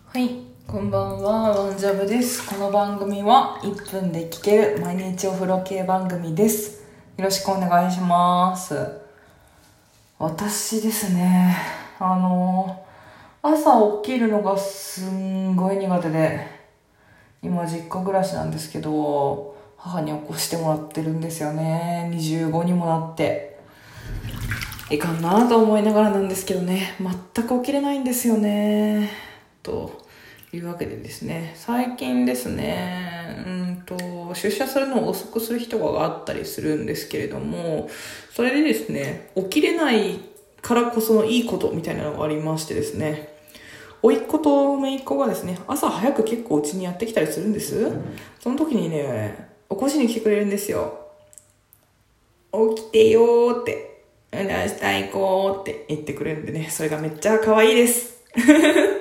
はい、こんばんは、ワンジャブです。この番組は1分で聞ける毎日お風呂系番組です。よろしくお願いします。私ですね、朝起きるのがすんごい苦手で、今実家暮らしなんですけど、母に起こしてもらってるんですよね。25にもなって。いかんなと思いながらなんですけどね、全く起きれないんですよね。というわけでですね、最近ですね、出社するのを遅くする人があったりするんですけれども、それでですね、起きれないからこそのいいことみたいなのがありましてですね、甥っ子と姪っ子がですね、朝早く結構うちにやってきたりするんです。その時にね、起こしに来てくれるんですよ。起きてよーって、明日行こうって言ってくれるんでね、それがめっちゃ可愛いです。